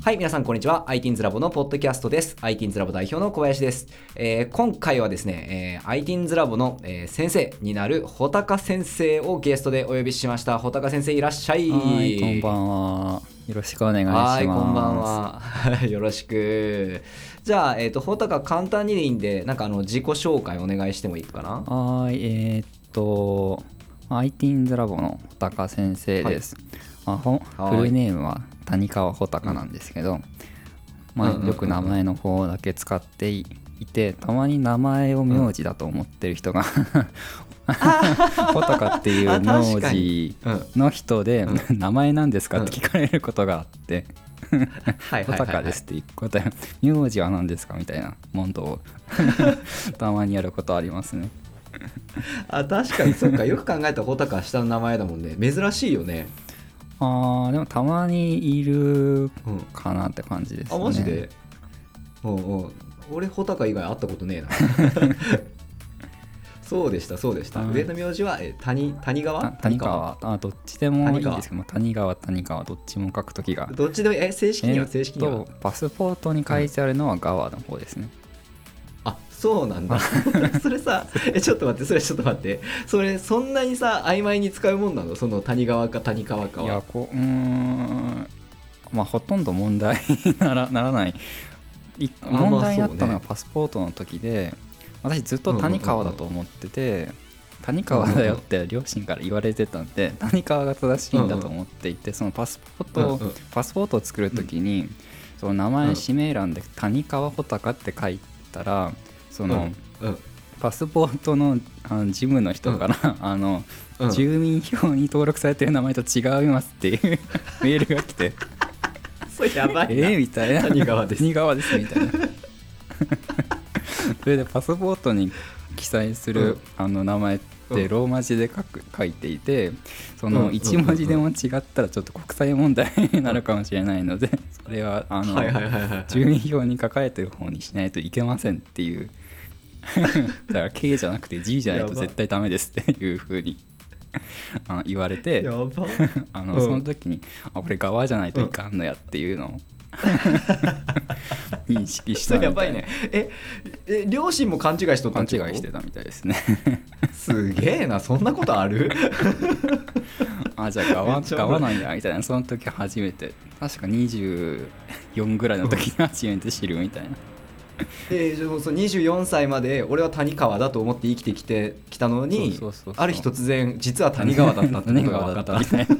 はい、皆さんこんにちは。ITINS ラボのポッドキャストです。ITINS ラボ代表の小林です。今回はですね、ITINS ラボの、先生になる穂高先生をゲストでお呼びしました。穂高先生いらっしゃい。 はい、こんばんは。よろしくお願いします。 はい、こんばんは。よろしく。じゃあ、穂高簡単にでいいんで、なんか自己紹介お願いしてもいいかな。 はい、ITINS ラボの穂高先生です。フルネームは谷川穂高なんですけど、よく名前の方だけ使っていて、たまに名前を名字だと思ってる人が穂高っていう名字の人で、名前なんですかって聞かれることがあって穂高ですって答え、名字は何ですかみたいな問答をたまにやることありますね。 確かにそうか。よく考えたら穂高は下の名前だもんね。珍しいよね。 でもたまにいるかなって感じですね。 マジで？俺穂高以外会ったことねえな。そうでした。上の名字は谷川どっちでもいいですけど、谷川どっちも書くときが、 どっちでも正式にはパスポートに書いてあるのは川の方ですね。 そうなんだ。それさ、ちょっと待って、それそんなにさ曖昧に使うもんなの？その谷川か谷川かは。 いや、ほとんど問題にならない。問題になったのがパスポートの時で、私ずっと谷川だと思ってて、谷川だよって両親から言われてたんで、谷川が正しいんだと思っていて、そのパスポートを作る時に、その名前氏名欄で谷川穂高って書いたら、そのパスポートの事務の人から、住民票に登録されてる名前と違いますっていうメールが来てそれやばいな。 みたいな、谷川ですみたいなそれでパスポートに記載する、名前ってローマ字で書いていて、その1文字でも違ったらちょっと国際問題になるかもしれないので、それは住民票に書かれてる方にしないといけませんっていうだから K じゃなくて G じゃないと絶対ダメですっていう風に言われて、その時にこれ側じゃないといかんのやっていうのを認識したみたいな。 やばいね。両親も勘違いしとったん勘違いしてたみたいですね。 すげえな、そんなことある？ じゃあ側なんやみたいな。その時初めて、確か24ぐらいの時に初めて知るみたいな。 24歳まで俺は谷川だと思って生きてきたのに、ある日突然実は谷川だったってことが分かったみたいな。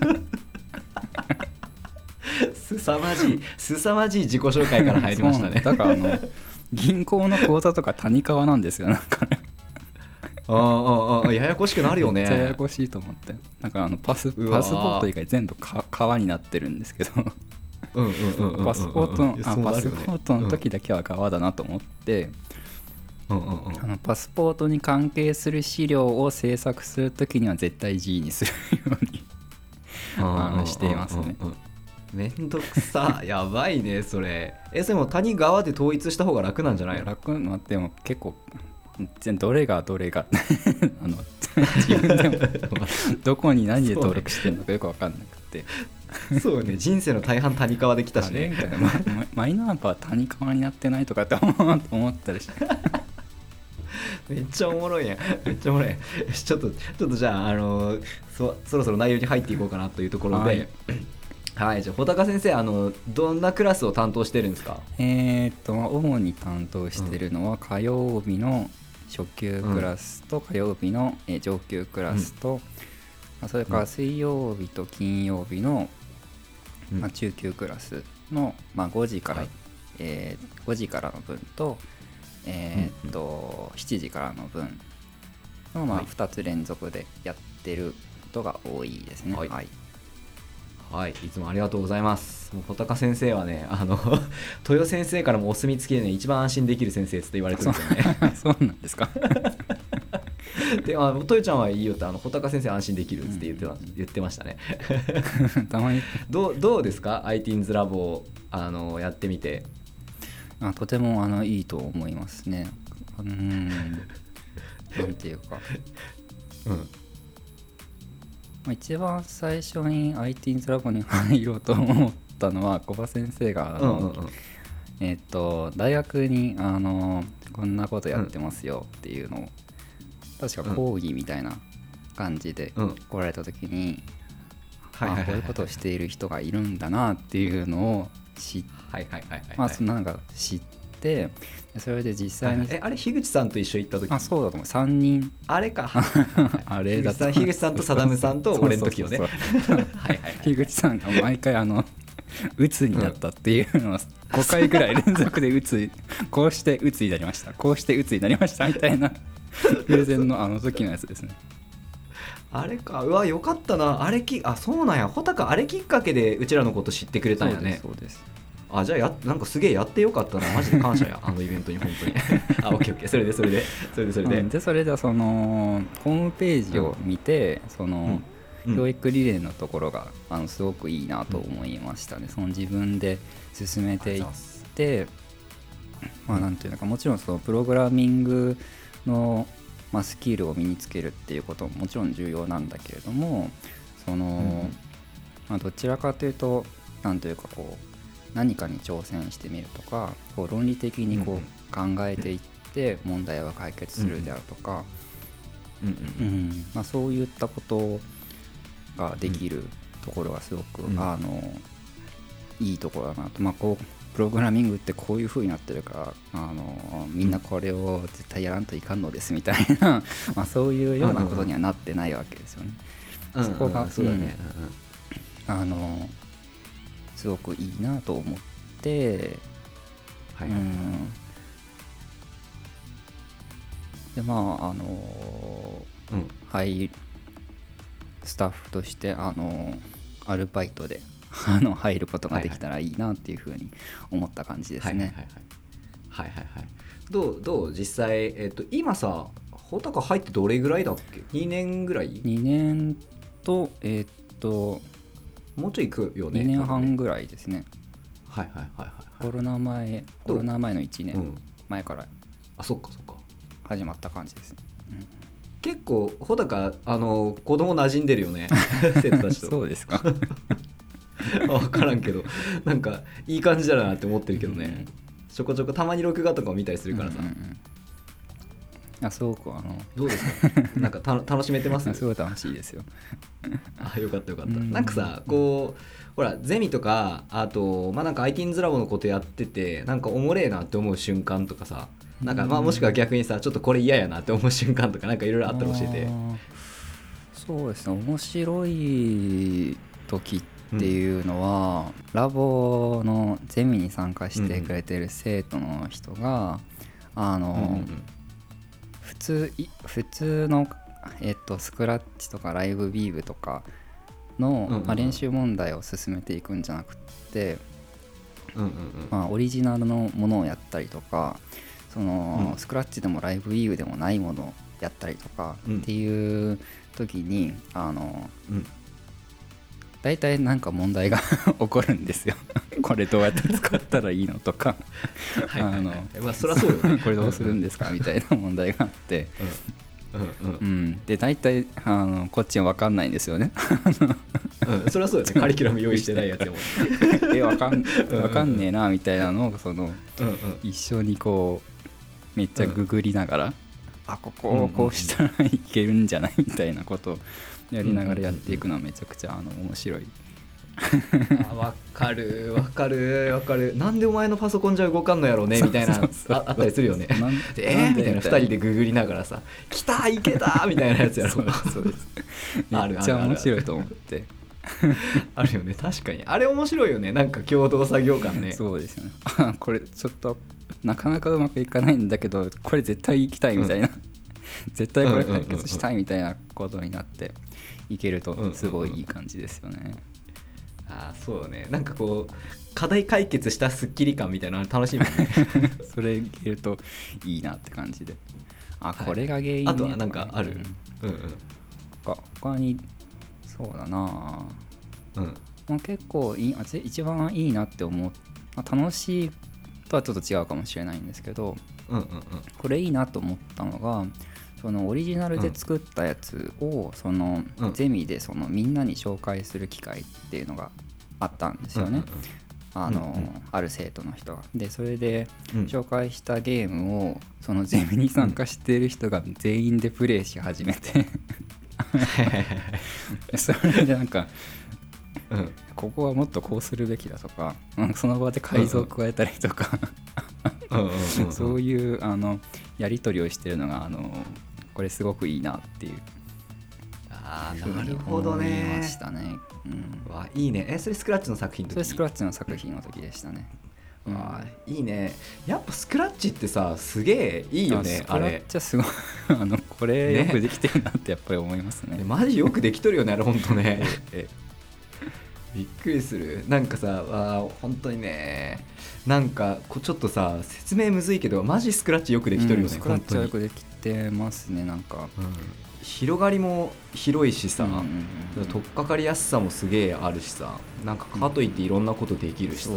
すさまじい自己紹介から入りましたね。 だから銀行の口座とか谷川なんですよ。なんかねややこしくなるよね。 めっちゃややこしいと思って、なんかパスポート以外全部川になってるんですけどパスポートの時だけは川だなと思って、パスポートに関係する資料を制作する時には絶対 G にするようにしていますね。 めんどくさ。やばいねそれ。それも谷川で統一した方が楽なんじゃないの？ 楽なっても結構どれが自分でもどこに何で登録してるのかよく分かんなくてそうね、人生の大半谷川で来たしね。 マイナンバー谷川になってないとかって思ったりしてめっちゃおもろいやん。ちょっとじゃあ、そろそろ内容に入っていこうかなというところで、はい、じゃあ穂高先生、どんなクラスを担当してるんですか？ 主に担当してるのは火曜日の初級クラスと火曜日の上級クラスと、それから水曜日と金曜日の中級クラスの5時からの分と7時からの分の2つ連続でやってることが多いですね。 はい、いつもありがとうございます。もう穂高先生はね、豊先生からもお墨付きでね、一番安心できる先生って言われてるんですよね。 そうなんですか。 で、豊ちゃんはいいよって、穂高先生安心できるって言ってましたね。 たまにどうですか ITINS ラボをやってみて。 とてもいいと思いますね。なんていうか、一番最初に ITINS ラボに入ろうと思っったのは小葉先生が大学にこんなことやってますよっていうのを確か講義みたいな感じで来られた時に、こういうことをしている人がいるんだなっていうのを知ってなんか知ってそれで実際にあれ樋口さんと一緒行った時そうだと思う3人あれかあれだった樋口さんとサダムさんと俺の時よね樋口さんが毎回鬱になったっていうのを5回ぐらい連続で鬱こうして鬱になりましたこうして鬱になりましたみたいなプレゼンの時のやつですね。 あれか、うわよかったな。そうなんや、穂高あれきっかけでうちらのこと知ってくれたんやね。 そうですじゃあなんかすげえやってよかったな、マジで感謝やあのイベントに本当にオッケーそれでそれでそのホームページを見て、教育理念のところがすごくいいなと思いましたね。その自分で進めていって、なんていうのか、もちろんそのプログラミングのスキルを身につけるっていうことももちろん重要なんだけれども、どちらかというとなんというか何かに挑戦してみるとか論理的に考えていって問題を解決するであるとか、そういったことができるところがすごく、いいところだなと。プログラミングってこういう風になってるからみんなこれを絶対やらんといかんのですみたいなそういうようなことにはなってないわけですよね。そこがそうだね、すごくいいなと思って、でスタッフとしてアルバイトで入ることができたらいいなっていうふうに思った感じですね。 どう実際、今さ穂高入ってどれぐらいだっけ？2年ぐらい ？2年ともうちょいいくよね。 2年半ぐらいですね。コロナ前の1年前からそっか始まった感じですね。 結構穂高子供馴染んでるよね生徒たちと。 そうですか分からんけどなんかいい感じだなって思ってるけどね、ちょこちょこたまに録画とかを見たりするからさ、 すごくどうですかなんか楽しめてます？ すごい楽しいですよよかった、なんかさほらゼミとかあとなんか ITINS ラボのことやっててなんかおもれえなって思う瞬間とかさ、なんかもしくは逆にさちょっとこれ嫌やなって思う瞬間とかなんかいろいろあったら教えて。 そうですね、面白い時っていうのは、ラボのゼミに参加してくれてる生徒の人が普通の、スクラッチとかライブビーブとかの、練習問題を進めていくんじゃなくて、オリジナルのものをやったりとかスクラッチでもライブビーブでもないものをやったりとかっていう時に大体なんか問題が起こるんですよこれどうやって使ったらいいのとかそりゃそうよねこれどうするんですかみたいな問題があってで大体こっちは分かんないんですよねそりゃそうよねカリキュラム用意してないやつでも分かんねえなみたいなのを一緒にめっちゃググりながらここをこうしたらいけるんじゃないみたいなことをやりながらやっていくのはめちゃくちゃ面白い。 わかるなんでお前のパソコンじゃ動かんのやろうねみたいなあったりするよね。みたいな2人でググりながらさ来たいけたみたいなやつやろ。 そうですめっちゃ面白いと思ってあるよね。確かにあれ面白いよね。なんか共同作業感ね。 そうですよねこれちょっとなかなかうまくいかないんだけどこれ絶対行きたいみたいな、絶対これ解決したいみたいなことになっていけるとすごいいい感じですよね。 そうよね。なんか課題解決したスッキリ感みたいなの楽しいもんねそれ言えるといいなって感じでこれが原因、 あとはなんかある？ 他にそうだな結構一番いいなって思う、楽しいとはちょっと違うかもしれないんですけど、これいいなと思ったのがオリジナルで作ったやつをゼミでみんなに紹介する機会っていうのがあったんですよね、ある生徒の人が。でそれで紹介したゲームをそのゼミに参加している人が全員でプレイし始めてそれでなんか、ここはもっとこうするべきだとか、その場で改造を加えたりとかそういうやり取りをしてるのがこれすごくいいなっていう。 なるほどね。 思いましたね。 わいいね。それスクラッチの作品の時？ それスクラッチの作品の時でしたね。 いいね。やっぱスクラッチってさすげえいいよね。 スクラッチはすごいこれよくできてるなってやっぱり思いますね。 マジよくできとるよねあれ本当ねびっくりする。なんかさ本当にね、なんかちょっとさ説明むずいけどマジスクラッチよくできとるよね。 スクラッチはよくできてますね。なんか、 広がりも広いしさ、取っかかりやすさもすげえあるしさ、なんかかといっていろんなことできるしさ、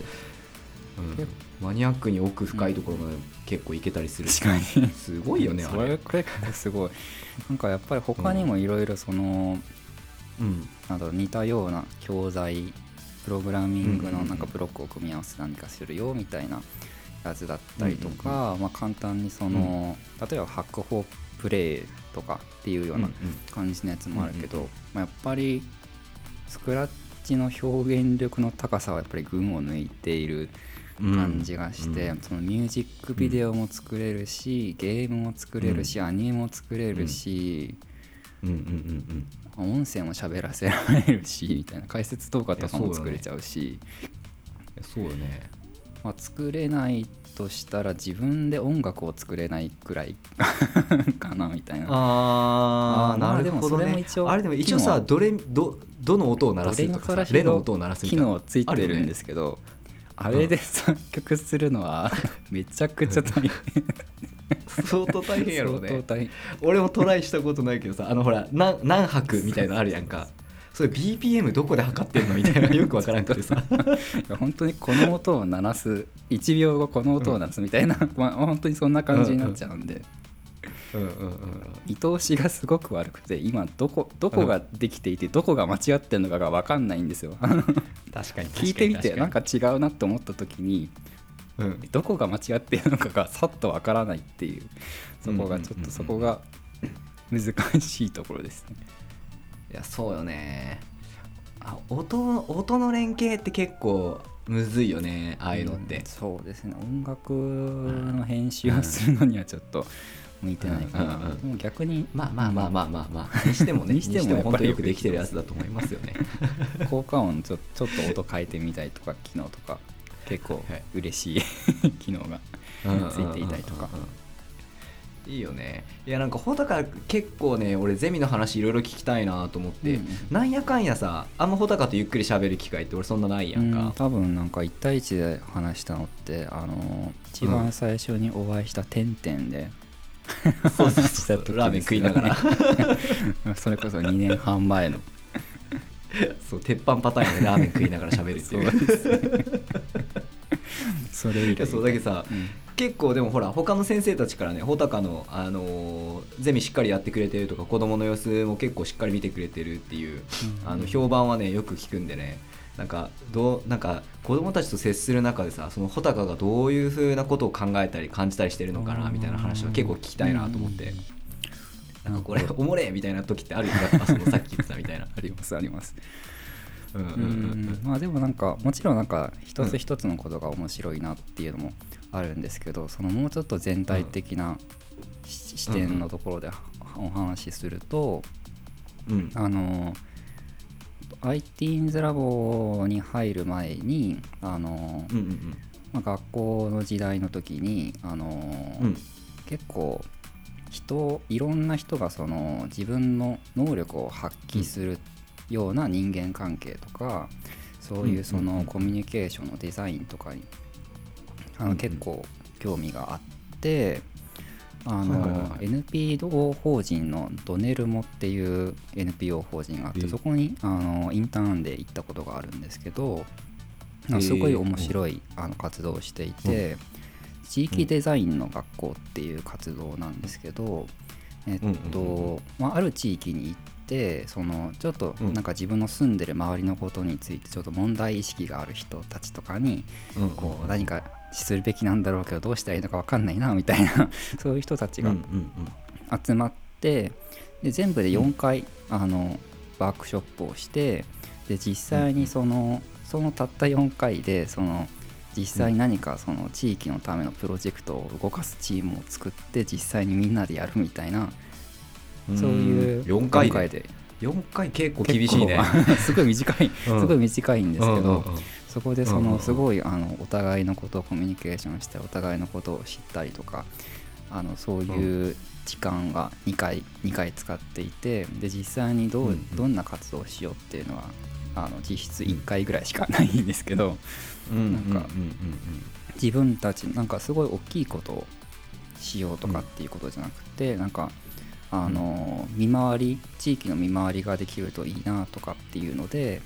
マニアックに奥深いところまで結構いけたりするし、すごいよねあれ。 これ結構すごい。なんかやっぱり他にもいろいろその、似たような教材プログラミングのなんかブロックを組み合わせて何かするよみたいなやつだったりとか、簡単にその、例えばハックフォープレイとかっていうような感じのやつもあるけど、やっぱりスクラッチの表現力の高さはやっぱり群を抜いている感じがして、そのミュージックビデオも作れるし、ゲームも作れるし、アニメも作れるし、音声も喋らせられるしみたいな、解説動画とかも作れちゃうし、 そうよね。 作れないとしたら自分で音楽を作れないくらいかなみたいな。 なるほどね。あれでも一応さどの音を鳴らすとかさ、レの音を鳴らすみたいな機能ついてるんですけど、あれで作曲するのはめちゃくちゃ大変相当大変やろうね。俺もトライしたことないけどさ、ほら何拍みたいなのあるやんか。それ BPM どこで測ってんのみたいなよくわからんくてさ本当にこの音を鳴らす1秒後この音を鳴らすみたいな、本当にそんな感じになっちゃうんで、見通しがすごく悪くて、今どこができていてどこが間違ってるのかが分かんないんですよ確かに聞いてみてなんか違うなって思った時に、どこが間違っているのかがさっと分からないっていう、そこが難しいところですね。 いやそうよね。音の連携って結構むずいよね、ああいうのって。 そうですね。音楽の編集をするのにはちょっと向いてないかな。でも逆にまあにしてもねにしても本当によくできてるやつだと思いますよね効果音ちょっと音変えてみたりとか機能とか結構嬉しい機能がついていたりとか。 いいよね。いやなんかほだから結構ね、俺ゼミの話いろいろ聞きたいなと思って、なんやかんやさ、ほだかとゆっくり喋る機会って俺そんなないやんか。 多分なんか1対1で話したのって一番最初にお会いしたてんてんで、 そうラーメン食いながらそれこそ2年半前のそう鉄板パターンでラーメン食いながら喋るっていうそれ以来そうだけどさ、結構でもほら他の先生たちからね、穂高の、ゼミしっかりやってくれてるとか、子供の様子も結構しっかり見てくれてるっていう、評判はねよく聞くんでね、なんか子供たちと接する中でさ、その穂高がどういう風なことを考えたり感じたりしてるのかなみたいな話は結構聞きたいなと思って、なんかこれおもれみたいな時ってあるよね、やっぱそのさっき言ってたみたいなありますまあでもなんかもちろんなんか一つ一つのことが面白いなっていうのもあるんですけど、そのもうちょっと全体的な視点のところでお話しすると、ITINS ラボに入る前に学校の時代の時に結構いろんな人がその自分の能力を発揮するような人間関係とか、そういうそのコミュニケーションのデザインとかに結構興味があって、NPO 法人のドネルモっていう NPO 法人があって、そこにインターンで行ったことがあるんですけど、すごい面白い活動をしていて、地域デザインの学校っていう活動なんですけど、 ある地域に行ってそのちょっとなんか自分の住んでる周りのことについてちょっと問題意識がある人たちとかにこう何かするべきなんだろうけどどうしたらいいのか分かんないなみたいなそういう人たちが集まってで全部で4回ワークショップをしてで実際にそのたった4回で実際に何かその地域のためのプロジェクトを動かすチームを作って実際にみんなでやるみたいなそういう 4回で4回結構厳しいねすごい短いすごい短いんですけどそこですごいお互いのことをコミュニケーションしてお互いのことを知ったりとかそういう時間が2回使っていてで実際にどんな活動をしようっていうのは実質1回ぐらいしかないんですけどなんか自分たちなんかすごい大きいことをしようとかっていうことじゃなくてなんか見回り地域の見回りができるといいなとかっていうので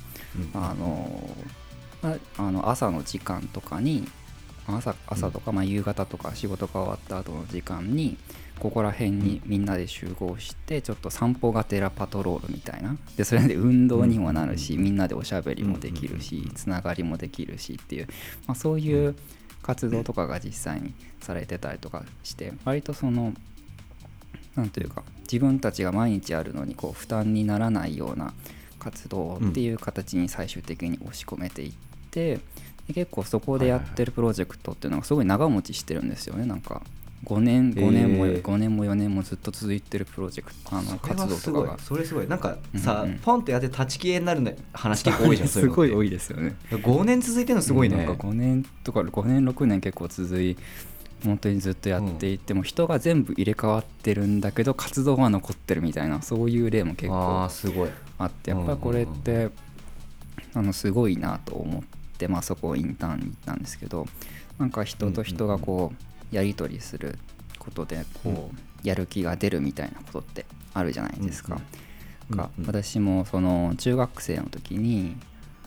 朝の時間とかに朝とか夕方とか仕事が終わった後の時間にここら辺にみんなで集合してちょっと散歩がてらパトロールみたいなでそれで運動にもなるしみんなでおしゃべりもできるしつながりもできるしっていうそういう活動とかが実際にされてたりとかして割となんというか自分たちが毎日やるのにこう負担にならないような活動っていう形に最終的に押し込めていってで結構そこでやってるプロジェクトっていうのがすごい長持ちしてるんですよねなんか5年も4年もずっと続いてるプロジェクト活動とかがそれすごいなんかさ、ポンってやって立ち消えになる話結構多いじゃんすごい多いですよね 5年続いてるのすごいねなんか5年とか5年6年結構続い本当にずっとやっていても人が全部入れ替わってるんだけど活動は残ってるみたいなそういう例も結構あってやっぱりこれってすごいなと思ってそこインターンに行ったんですけどなんか人と人がこうやり取りすることでこうやる気が出るみたいなことってあるじゃないですか。私もその中学生の時に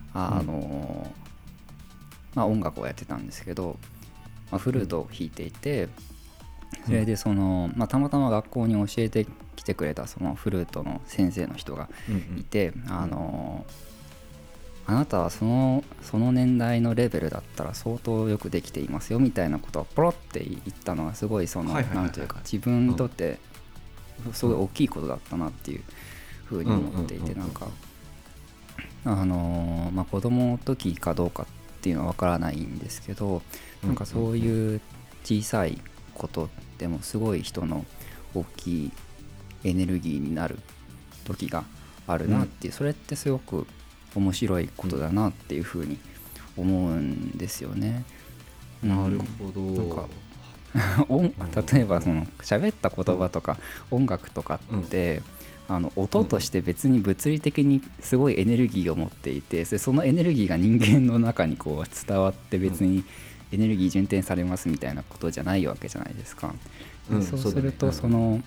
音楽をやってたんですけどフルートを弾いていてそれでたまたま学校に教えてきてくれたそのフルートの先生の人がいてあなたはその年代のレベルだったら相当よくできていますよみたいなことをポロって言ったのがすごいなんというか自分にとってすごい大きいことだったなっていうふうに思っていてなんか子供の時かどうかっていうのは分からないんですけどなんかそういう小さいことでもすごい人の大きいエネルギーになる時があるなっていうそれってすごく面白いことだなっていうふうに思うんですよね。 なるほど。 なんか例えば喋った言葉とか音楽とかって、音として別に物理的にすごいエネルギーを持っていてそのエネルギーが人間の中にこう伝わって別にエネルギー充填されますみたいなことじゃないわけじゃないですか。そうすると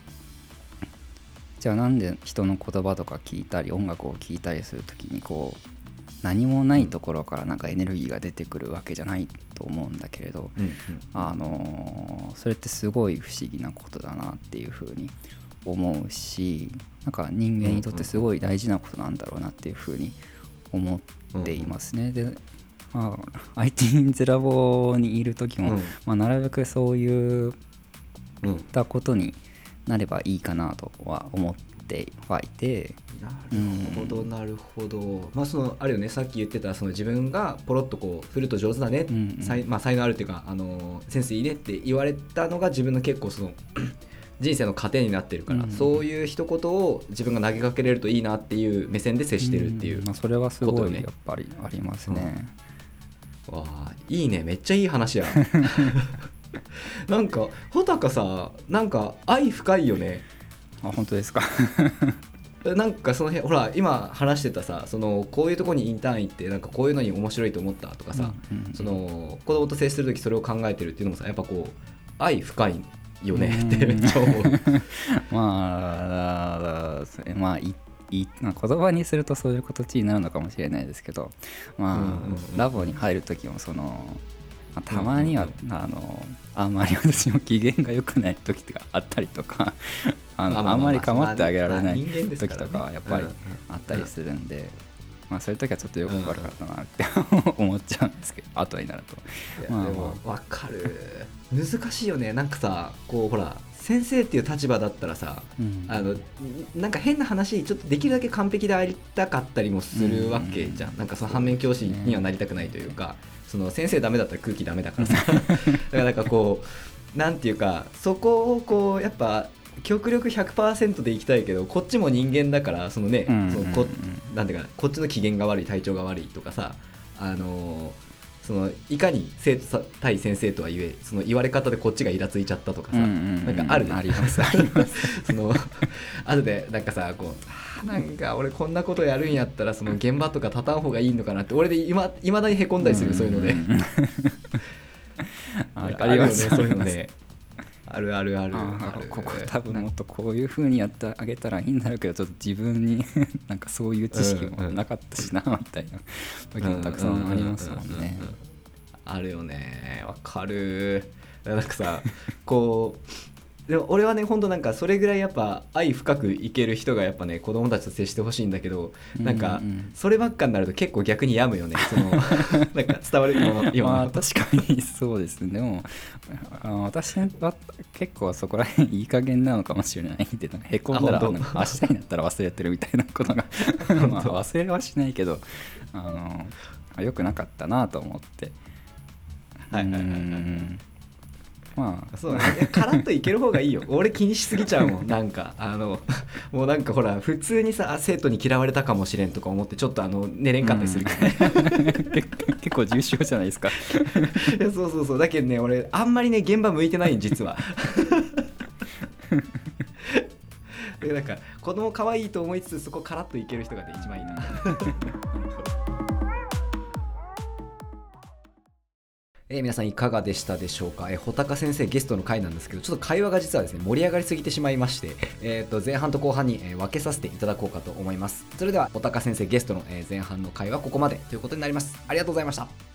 じゃあなんで人の言葉とか聞いたり音楽を聞いたりするときにこう何もないところからなんかエネルギーが出てくるわけじゃないと思うんだけれど、それってすごい不思議なことだなっていうふうに思うしなんか人間にとってすごい大事なことなんだろうなっていうふうに思っていますね。でIT ゼラボにいる時も、なるべくそういったことになればいいかなとは思ってはいてなるほど、あるよねさっき言ってた自分がポロッとこうフルート上手だね、才能あるっていうかセンスいいねって言われたのが自分の結構人生の糧になってるから、そういう一言を自分が投げかけれるといいなっていう目線で接してるっていう、 それはすごいやっぱりありますね。 わあいいねめっちゃいい話やなんか穂高さなんか愛深いよね。 本当ですかなんかその辺ほら今話してたさこういうとこにインターン行ってなんかこういうのに面白いと思ったとかさ、子供と接する時それを考えてるっていうのもさやっぱこう愛深いよねってめっちゃ思う言葉にするとそういう形になるのかもしれないですけどラボに入る時もたまにはあんまり私も機嫌が良くない時があったりとかあんまり構ってあげられない人間です時からねとかはやっぱりあったりするんで、そういう時はちょっとよく悪かったなって思っちゃうんですけど、後になると。 いやでも分かる、難しいよね。なんかさ、こうほら先生っていう立場だったらさ、なんか変な話、ちょっとできるだけ完璧でありたかったりもするわけじゃん。なんかその反面教師にはなりたくないというか、その先生ダメだったら空気ダメだからさだからなんかこうなんていうか、そこをこうやっぱ極力 100% でいきたいけど、こっちも人間だから、そのね、なんていうか、こっちの機嫌が悪い、体調が悪いとかさ、そのいかに生徒対先生とはいえ、その言われ方でこっちがイラついちゃったとかさ、なんかあるじゃん。 ありますありますその後でなんかさ、こうなんか俺こんなことやるんやったらその現場とか立たん方がいいのかなって、俺でいまだにへこんだりする、そういうのであるよね、そういうので。あるあるあるある。 ここ多分もっとこういう風にやってあげたらいいんだろうけど、ちょっと自分になんかそういう知識もなかったしなみたいな時もたくさんありますもんね。 あるよね、わかる。なんかさこうでも俺はね、本当なんかそれぐらいやっぱ愛深くいける人がやっぱね、子供たちと接してほしいんだけど、なんかそればっかになると結構逆に病むよね。そのなんか伝わる今確かにそうですね。でも私は結構そこら辺いい加減なのかもしれないんで、へこんだら明日になったら忘れてるみたいなことが忘れはしないけど、良くなかったなと思って。 そうね、カラッといける方がいいよ。俺気にしすぎちゃうもん。なんかもうなんかほら、普通にさ、生徒に嫌われたかもしれんとか思ってちょっと寝れんかったりするけどね、 結構重症じゃないですか。 いやそうそうそう、だけどね、俺あんまりね現場向いてないん実はでなんか子供可愛いと思いつつ、そこカラッといける人がね一番いいな皆さんいかがでしたでしょうか。穂高先生ゲストの回なんですけど、ちょっと会話が実はですね盛り上がりすぎてしまいまして、前半と後半に分けさせていただこうかと思います。それでは穂高先生ゲストの前半の回はここまでということになります。ありがとうございました。